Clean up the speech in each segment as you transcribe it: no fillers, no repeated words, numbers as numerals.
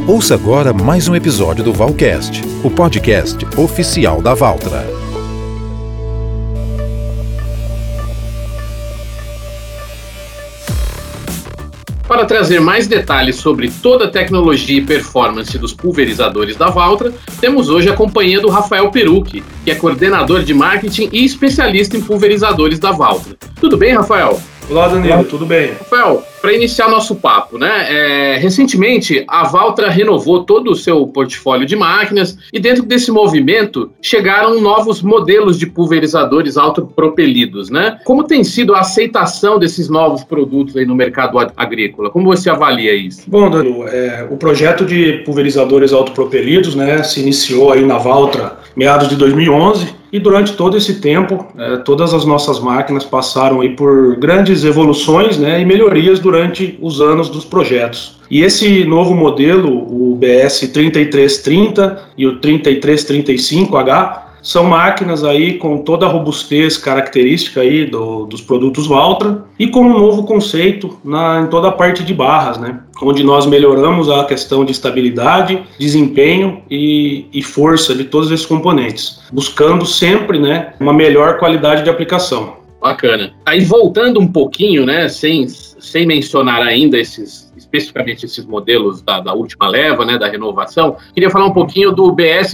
Ouça agora mais um episódio do Valcast, o podcast oficial da Valtra. Para trazer mais detalhes sobre toda a tecnologia e performance dos pulverizadores da Valtra, temos hoje a companhia do Rafael Perucchi, que é coordenador de marketing e especialista em pulverizadores da Valtra. Tudo bem, Rafael? Olá, Danilo, tudo bem? Rafael, para iniciar nosso papo, recentemente a Valtra renovou todo o seu portfólio de máquinas e dentro desse movimento chegaram novos modelos de pulverizadores autopropelidos, né? Como tem sido a aceitação desses novos produtos aí no mercado agrícola? Como você avalia isso? Bom, Danilo, o projeto de pulverizadores autopropelidos, se iniciou aí na Valtra meados de 2011. E durante todo esse tempo, todas as nossas máquinas passaram aí por grandes evoluções, e melhorias durante os anos dos projetos. E esse novo modelo, o BS 3330 e o 3335H, são máquinas aí com toda a robustez característica aí dos produtos Valtra e com um novo conceito em toda a parte de barras, onde nós melhoramos a questão de estabilidade, desempenho e força de todos esses componentes, buscando sempre uma melhor qualidade de aplicação. Bacana. Aí voltando um pouquinho, sem mencionar ainda especificamente esses modelos da última leva, da renovação, queria falar um pouquinho do BS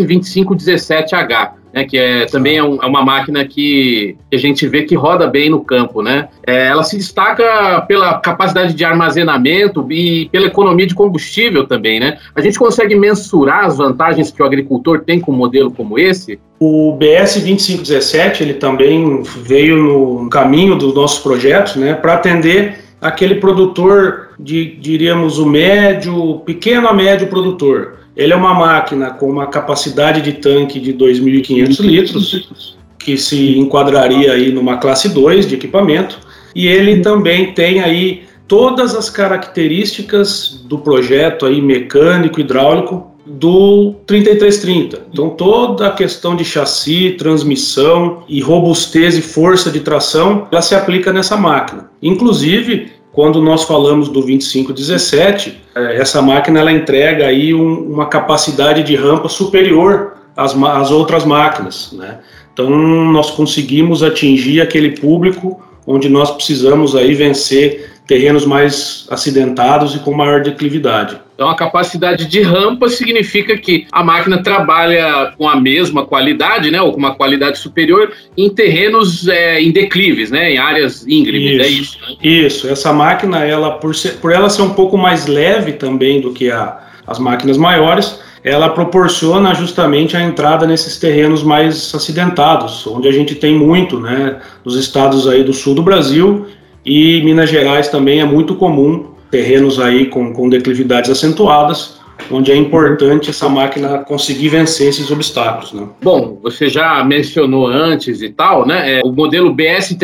2517H, que também é uma máquina que a gente vê que roda bem no campo, Ela se destaca pela capacidade de armazenamento e pela economia de combustível também, A gente consegue mensurar as vantagens que o agricultor tem com um modelo como esse? O BS 2517, ele também veio no caminho dos nossos projetos, para atender aquele produtor diríamos, o pequeno a médio produtor. Ele é uma máquina com uma capacidade de tanque de 2.500 litros, que se enquadraria aí numa classe 2 de equipamento, e ele também tem aí todas as características do projeto aí mecânico, hidráulico, do 3330. Então toda a questão de chassi, transmissão e robustez e força de tração, ela se aplica nessa máquina. Inclusive, quando nós falamos do 2517, essa máquina ela entrega aí uma capacidade de rampa superior às outras máquinas, Então nós conseguimos atingir aquele público onde nós precisamos aí vencer terrenos mais acidentados e com maior declividade. Então, a capacidade de rampa significa que a máquina trabalha com a mesma qualidade, ou com uma qualidade superior em terrenos em declives, em áreas íngremes, isso. Isso, essa máquina, por ela ser um pouco mais leve também do que as máquinas maiores, ela proporciona justamente a entrada nesses terrenos mais acidentados, onde a gente tem muito, nos estados aí do sul do Brasil, e Minas Gerais também é muito comum, terrenos aí com declividades acentuadas, onde é importante essa máquina conseguir vencer esses obstáculos. Bom, você já mencionou antes e tal, o modelo BS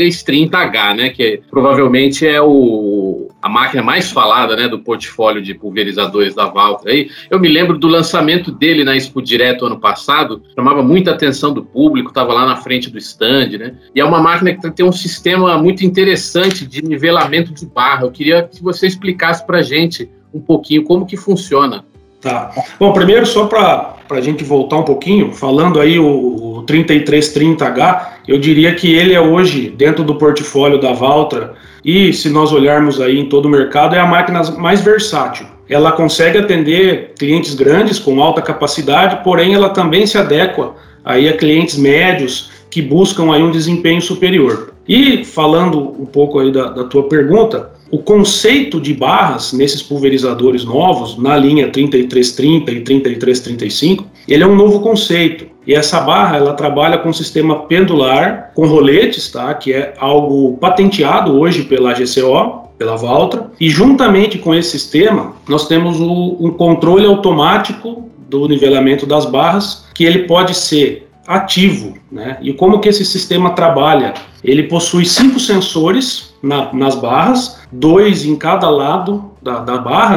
3330H, que provavelmente é a máquina mais falada, do portfólio de pulverizadores da Valtra. Eu me lembro do lançamento dele na Expo Direto ano passado, chamava muita atenção do público, estava lá na frente do stand, E é uma máquina que tem um sistema muito interessante de nivelamento de barra. Eu queria que você explicasse para a gente um pouquinho como que funciona. Tá. Bom, primeiro só para a gente voltar um pouquinho, falando aí o 3330H, eu diria que ele é hoje, dentro do portfólio da Valtra, e se nós olharmos aí em todo o mercado, é a máquina mais versátil. Ela consegue atender clientes grandes com alta capacidade, porém ela também se adequa aí a clientes médios que buscam aí um desempenho superior. E falando um pouco aí da tua pergunta, o conceito de barras nesses pulverizadores novos, na linha 3330 e 3335, ele é um novo conceito. E essa barra, ela trabalha com um sistema pendular, com roletes, que é algo patenteado hoje pela GCO, pela Valtra. E juntamente com esse sistema, nós temos um controle automático do nivelamento das barras, que ele pode ser ativo, E como que esse sistema trabalha? Ele possui 5 sensores nas barras, 2 em cada lado da barra,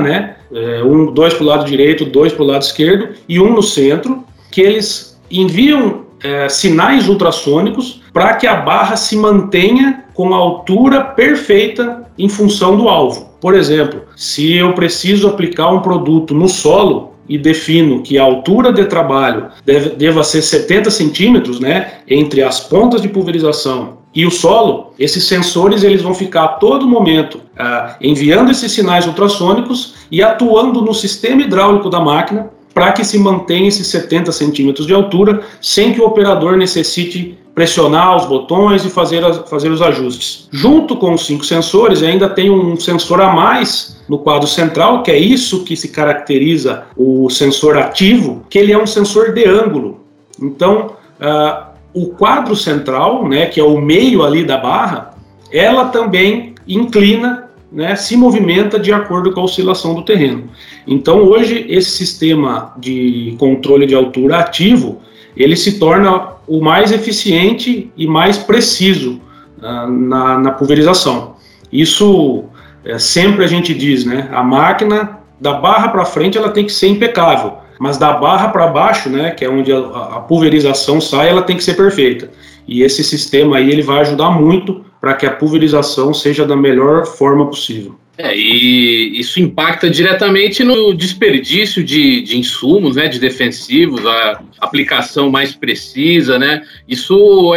2 para o lado direito, 2 para o lado esquerdo e 1 no centro, que eles enviam sinais ultrassônicos para que a barra se mantenha com a altura perfeita em função do alvo. Por exemplo, se eu preciso aplicar um produto no solo e defino que a altura de trabalho deva ser 70 centímetros, né, entre as pontas de pulverização e o solo, esses sensores eles vão ficar a todo momento enviando esses sinais ultrassônicos e atuando no sistema hidráulico da máquina para que se mantenha esses 70 centímetros de altura sem que o operador necessite pressionar os botões e fazer os ajustes. Junto com os 5 sensores, ainda tem um sensor a mais no quadro central, que é isso que se caracteriza o sensor ativo, que ele é um sensor de ângulo. Então, o quadro central, né, que é o meio ali da barra, ela também inclina, né, se movimenta de acordo com a oscilação do terreno. Então, hoje, esse sistema de controle de altura ativo, ele se torna o mais eficiente e mais preciso na pulverização. Isso sempre a gente diz, né? A máquina da barra para frente ela tem que ser impecável, mas da barra para baixo, né, que é onde a pulverização sai, ela tem que ser perfeita. E esse sistema aí ele vai ajudar muito para que a pulverização seja da melhor forma possível. E isso impacta diretamente no desperdício de insumos, né, de defensivos, a aplicação mais precisa, né? Isso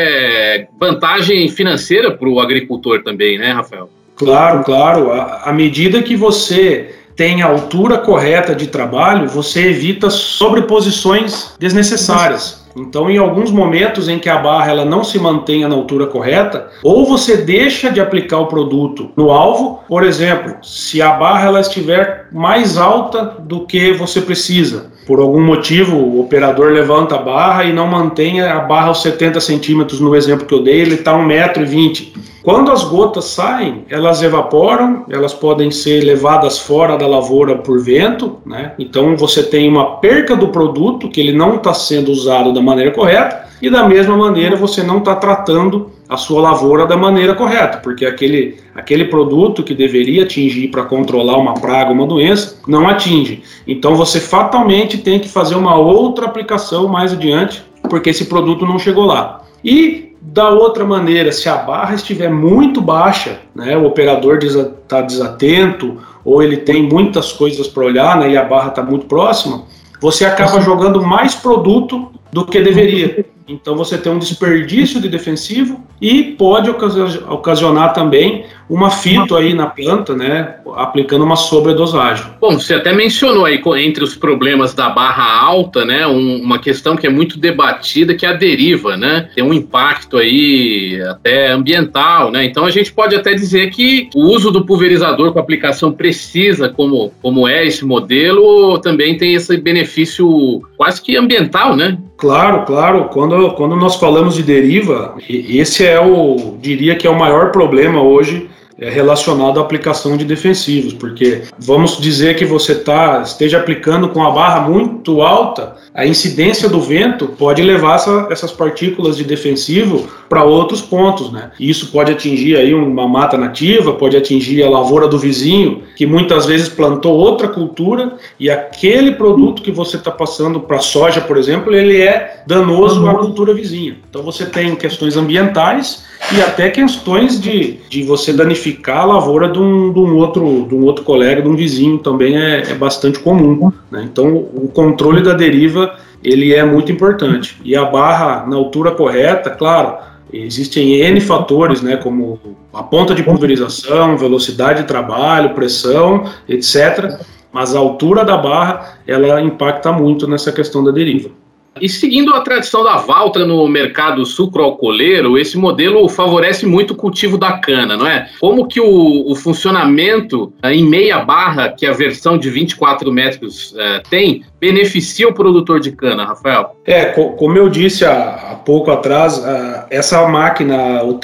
é vantagem financeira para o agricultor também, né, Rafael? Claro, claro. À medida que você tem a altura correta de trabalho, você evita sobreposições desnecessárias. Então, em alguns momentos em que a barra ela não se mantenha na altura correta, ou você deixa de aplicar o produto no alvo, por exemplo, se a barra ela estiver mais alta do que você precisa, por algum motivo o operador levanta a barra e não mantém a barra aos 70 centímetros, no exemplo que eu dei, ele está a 1,20 m. Quando as gotas saem, elas evaporam, elas podem ser levadas fora da lavoura por vento, né? Então você tem uma perca do produto, que ele não está sendo usado da maneira correta, e da mesma maneira você não está tratando a sua lavoura da maneira correta, porque aquele produto que deveria atingir para controlar uma praga, uma doença, não atinge. Então você fatalmente tem que fazer uma outra aplicação mais adiante, porque esse produto não chegou lá. E da outra maneira, se a barra estiver muito baixa, né, o operador está desatento, ou ele tem muitas coisas para olhar, né, e a barra está muito próxima, você acaba jogando mais produto do que deveria. Então você tem um desperdício de defensivo e pode ocasionar também uma fito aí na planta, né, aplicando uma sobredosagem. Bom, você até mencionou aí entre os problemas da barra alta, né, uma questão que é muito debatida, que é a deriva, né, tem um impacto aí até ambiental, né, então a gente pode até dizer que o uso do pulverizador com aplicação precisa, como é esse modelo, também tem esse benefício quase que ambiental, né? Claro, claro. Quando nós falamos de deriva, esse diria que é o maior problema hoje relacionado à aplicação de defensivos, porque vamos dizer que você esteja aplicando com a barra muito alta, a incidência do vento pode levar essas partículas de defensivo para outros pontos, né? E isso pode atingir aí uma mata nativa, pode atingir a lavoura do vizinho, que muitas vezes plantou outra cultura, e aquele produto que você está passando para soja, por exemplo, ele é danoso à cultura vizinha. Então você tem questões ambientais e até questões de você danificar a lavoura de um outro colega, de um vizinho, também é bastante comum, né? Então o controle da deriva ele é muito importante. E a barra na altura correta, claro, existem N fatores, né, como a ponta de pulverização, velocidade de trabalho, pressão, etc. Mas a altura da barra ela impacta muito nessa questão da deriva. E seguindo a tradição da Valtra no mercado sucroalcooleiro, esse modelo favorece muito o cultivo da cana, não é? Como que o funcionamento em meia barra, que a versão de 24 metros tem, beneficia o produtor de cana, Rafael? Como eu disse há pouco atrás, essa máquina, o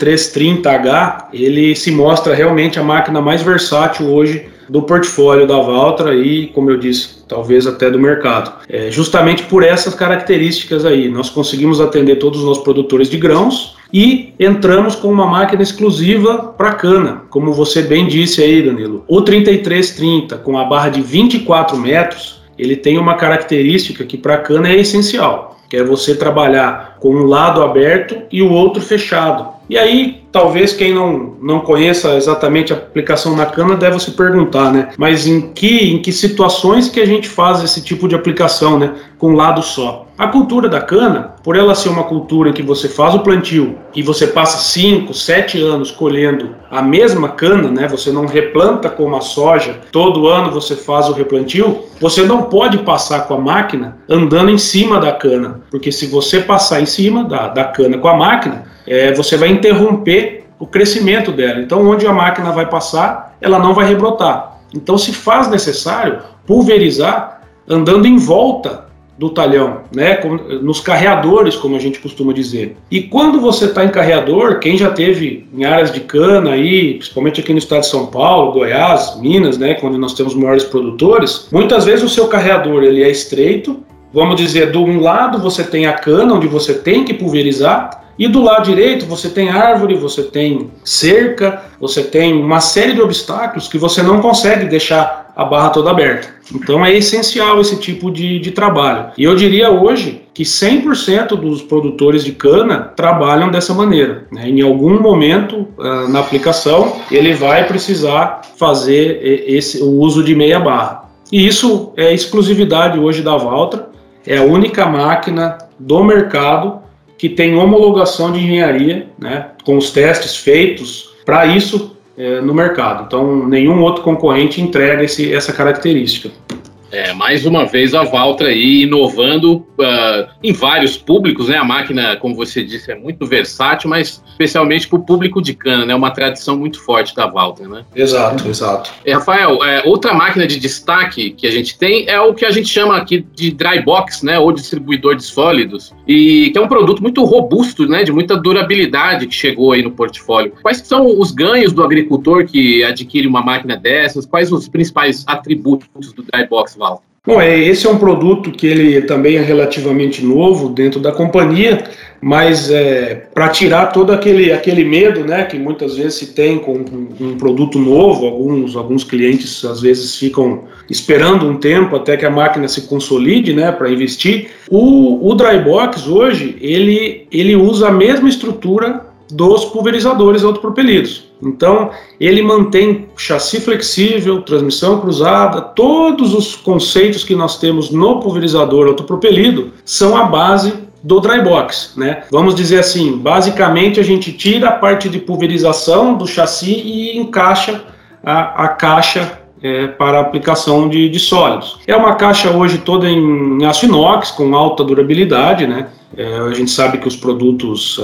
3330H, ele se mostra realmente a máquina mais versátil hoje do portfólio da Valtra e, como eu disse, talvez até do mercado. Justamente por essas características aí, nós conseguimos atender todos os nossos produtores de grãos e entramos com uma máquina exclusiva para cana, como você bem disse aí, Danilo. O 3330, com a barra de 24 metros, ele tem uma característica que para cana é essencial. que é você trabalhar com um lado aberto e o outro fechado. E aí, talvez quem não conheça exatamente a aplicação na cana deve se perguntar, né? Mas em que situações que a gente faz esse tipo de aplicação, né? Com um lado só. A cultura da cana, por ela ser uma cultura em que você faz o plantio e você passa 5, 7 anos colhendo a mesma cana, né? Você não replanta como a soja, todo ano você faz o replantio, você não pode passar com a máquina andando em cima da cana, porque se você passar em cima da cana com a máquina, você vai interromper o crescimento dela. Então, onde a máquina vai passar, ela não vai rebrotar. Então, se faz necessário pulverizar andando em volta do talhão, né, nos carreadores, como a gente costuma dizer. E quando você está em carreador, quem já teve em áreas de cana, aí, principalmente aqui no estado de São Paulo, Goiás, Minas, né, quando nós temos maiores produtores, muitas vezes o seu carreador ele é estreito, vamos dizer, de um lado você tem a cana, onde você tem que pulverizar, e do lado direito você tem árvore, você tem cerca, você tem uma série de obstáculos que você não consegue deixar a barra toda aberta. Então é essencial esse tipo de trabalho. E eu diria hoje que 100% dos produtores de cana trabalham dessa maneira, né? Em algum momento na aplicação ele vai precisar fazer o uso de meia barra. E isso é exclusividade hoje da Valtra, é a única máquina do mercado que tem homologação de engenharia, né, com os testes feitos para isso no mercado. Então, nenhum outro concorrente entrega essa característica. Mais uma vez a Valtra aí inovando em vários públicos, né? A máquina, como você disse, é muito versátil, mas especialmente para o público de cana, né? Uma tradição muito forte da Valtra, né? Exato. Rafael, outra máquina de destaque que a gente tem é o que a gente chama aqui de dry box, né? Ou distribuidor de sólidos, e que é um produto muito robusto, né? De muita durabilidade que chegou aí no portfólio. Quais são os ganhos do agricultor que adquire uma máquina dessas? Quais os principais atributos do dry box, Val? Bom, esse é um produto que ele também é relativamente novo dentro da companhia, mas para tirar todo aquele medo, né, que muitas vezes se tem com um produto novo, alguns clientes às vezes ficam esperando um tempo até que a máquina se consolide, né, para investir. O dry box hoje, ele usa a mesma estrutura dos pulverizadores autopropelidos. Então, ele mantém chassi flexível, transmissão cruzada, todos os conceitos que nós temos no pulverizador autopropelido são a base do dry box, né? Vamos dizer assim, basicamente a gente tira a parte de pulverização do chassi e encaixa a caixa para aplicação de sólidos. É uma caixa hoje toda em aço inox, com alta durabilidade, né? A gente sabe que os produtos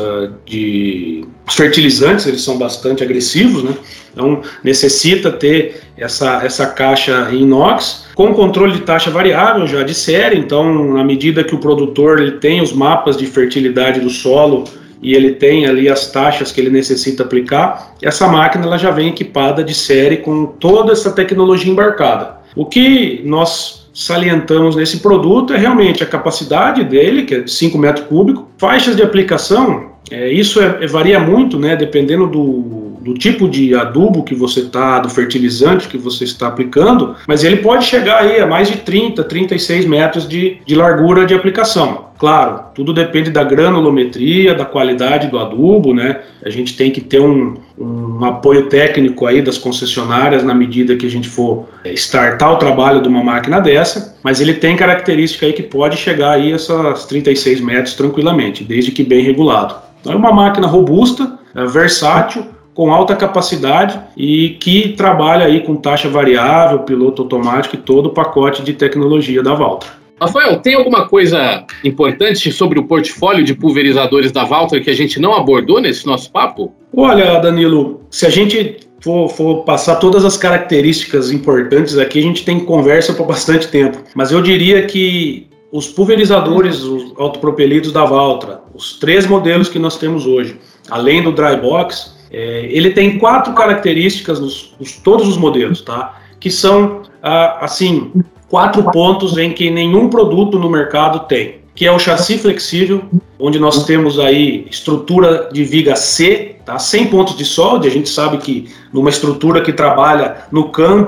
de fertilizantes, eles são bastante agressivos, né? Então necessita ter essa caixa em inox, com controle de taxa variável já de série. Então, na medida que o produtor ele tem os mapas de fertilidade do solo e ele tem ali as taxas que ele necessita aplicar, essa máquina ela já vem equipada de série com toda essa tecnologia embarcada. O que nós salientamos nesse produto é realmente a capacidade dele, que é de 5 metros cúbicos, faixas de aplicação, isso varia muito, né, dependendo do tipo de adubo que você está, do fertilizante que você está aplicando, mas ele pode chegar aí a mais de 30, 36 metros de largura de aplicação. Claro, tudo depende da granulometria, da qualidade do adubo, né? A gente tem que ter um apoio técnico aí das concessionárias na medida que a gente for startar o trabalho de uma máquina dessa, mas ele tem característica aí que pode chegar aí a essas 36 metros tranquilamente, desde que bem regulado. Então é uma máquina robusta, versátil, com alta capacidade e que trabalha aí com taxa variável, piloto automático e todo o pacote de tecnologia da Valtra. Rafael, tem alguma coisa importante sobre o portfólio de pulverizadores da Valtra que a gente não abordou nesse nosso papo? Olha, Danilo, se a gente for passar todas as características importantes aqui, a gente tem conversa por bastante tempo. Mas eu diria que os pulverizadores os autopropelidos da Valtra, os 3 modelos que nós temos hoje, além do dry box, ele tem 4 características todos os modelos, tá? Que são, assim, 4 pontos em que nenhum produto no mercado tem, que é o chassi flexível, onde nós temos aí estrutura de viga C, tá? 100 pontos de solde. A gente sabe que numa estrutura que trabalha no campo,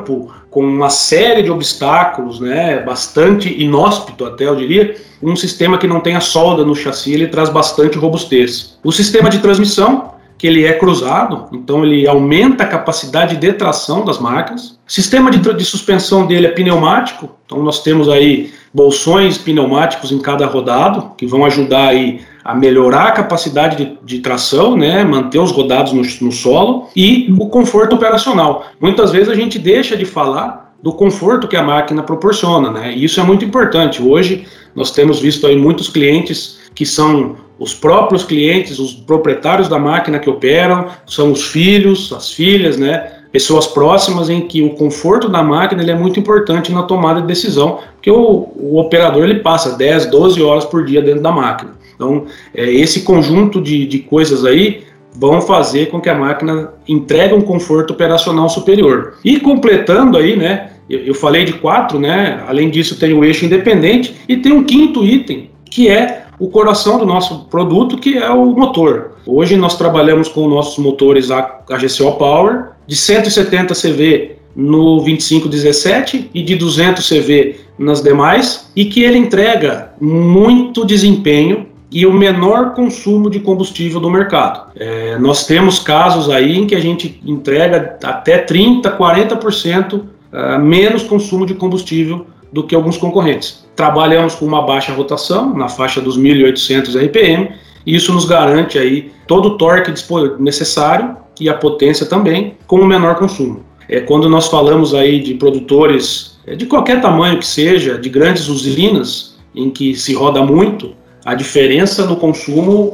com uma série de obstáculos, né, bastante inóspito até, eu diria. Um sistema que não tem a solda no chassi, ele traz bastante robustez. O sistema de transmissão, que ele é cruzado, então ele aumenta a capacidade de tração das máquinas. O sistema de suspensão dele é pneumático, então nós temos aí bolsões pneumáticos em cada rodado, que vão ajudar aí a melhorar a capacidade de tração, né, manter os rodados no solo, e o conforto operacional. Muitas vezes a gente deixa de falar do conforto que a máquina proporciona, né, e isso é muito importante. Hoje nós temos visto aí muitos clientes que são os próprios clientes, os proprietários da máquina que operam, são os filhos, as filhas, né, pessoas próximas, em que o conforto da máquina ele é muito importante na tomada de decisão, porque o operador ele passa 10, 12 horas por dia dentro da máquina. Então, esse conjunto de coisas aí vão fazer com que a máquina entregue um conforto operacional superior. E completando aí, né, eu falei de 4, né, além disso tem o eixo independente e tem um quinto item, que é o coração do nosso produto, que é o motor. Hoje nós trabalhamos com nossos motores AGCO Power, de 170 CV no 2517 e de 200 CV nas demais, e que ele entrega muito desempenho e o menor consumo de combustível do mercado. Nós temos casos aí em que a gente entrega até 30%, 40% menos consumo de combustível do que alguns concorrentes. Trabalhamos com uma baixa rotação, na faixa dos 1.800 RPM, e isso nos garante aí todo o torque necessário e a potência também, com o menor consumo. Quando nós falamos aí de produtores de qualquer tamanho que seja, de grandes usinas, em que se roda muito, a diferença no consumo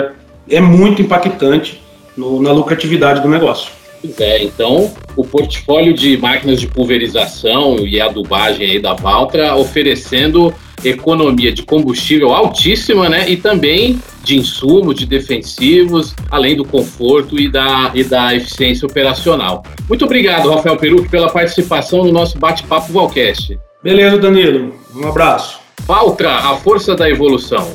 é muito impactante na lucratividade do negócio. Então o portfólio de máquinas de pulverização e adubagem aí da Valtra oferecendo economia de combustível altíssima, né, e também de insumos, de defensivos, além do conforto e da eficiência operacional. Muito obrigado, Rafael Perucchi, pela participação no nosso bate-papo Valcast. Beleza, Danilo. Um abraço. Valtra, a força da evolução.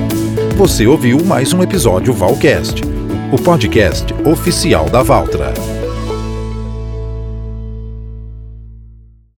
Você ouviu mais um episódio Valcast, o podcast oficial da Valtra.